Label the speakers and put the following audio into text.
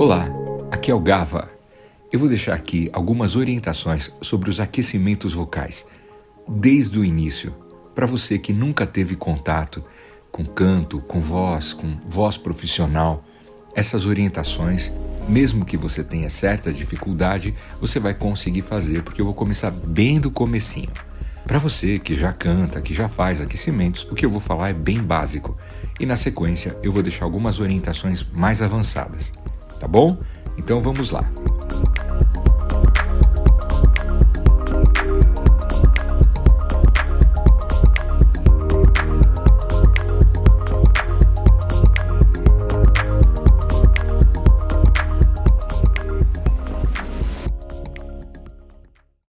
Speaker 1: Olá, aqui é o Gava. Eu vou deixar aqui algumas orientações sobre os aquecimentos vocais, desde o início, para você que nunca teve contato com canto, com voz profissional. Essas orientações, mesmo que você tenha certa dificuldade, você vai conseguir fazer, porque eu vou começar bem do comecinho. Para você que já canta, que já faz aquecimentos, o que eu vou falar é bem básico. E na sequência eu vou deixar algumas orientações mais avançadas. Tá bom? Então vamos lá.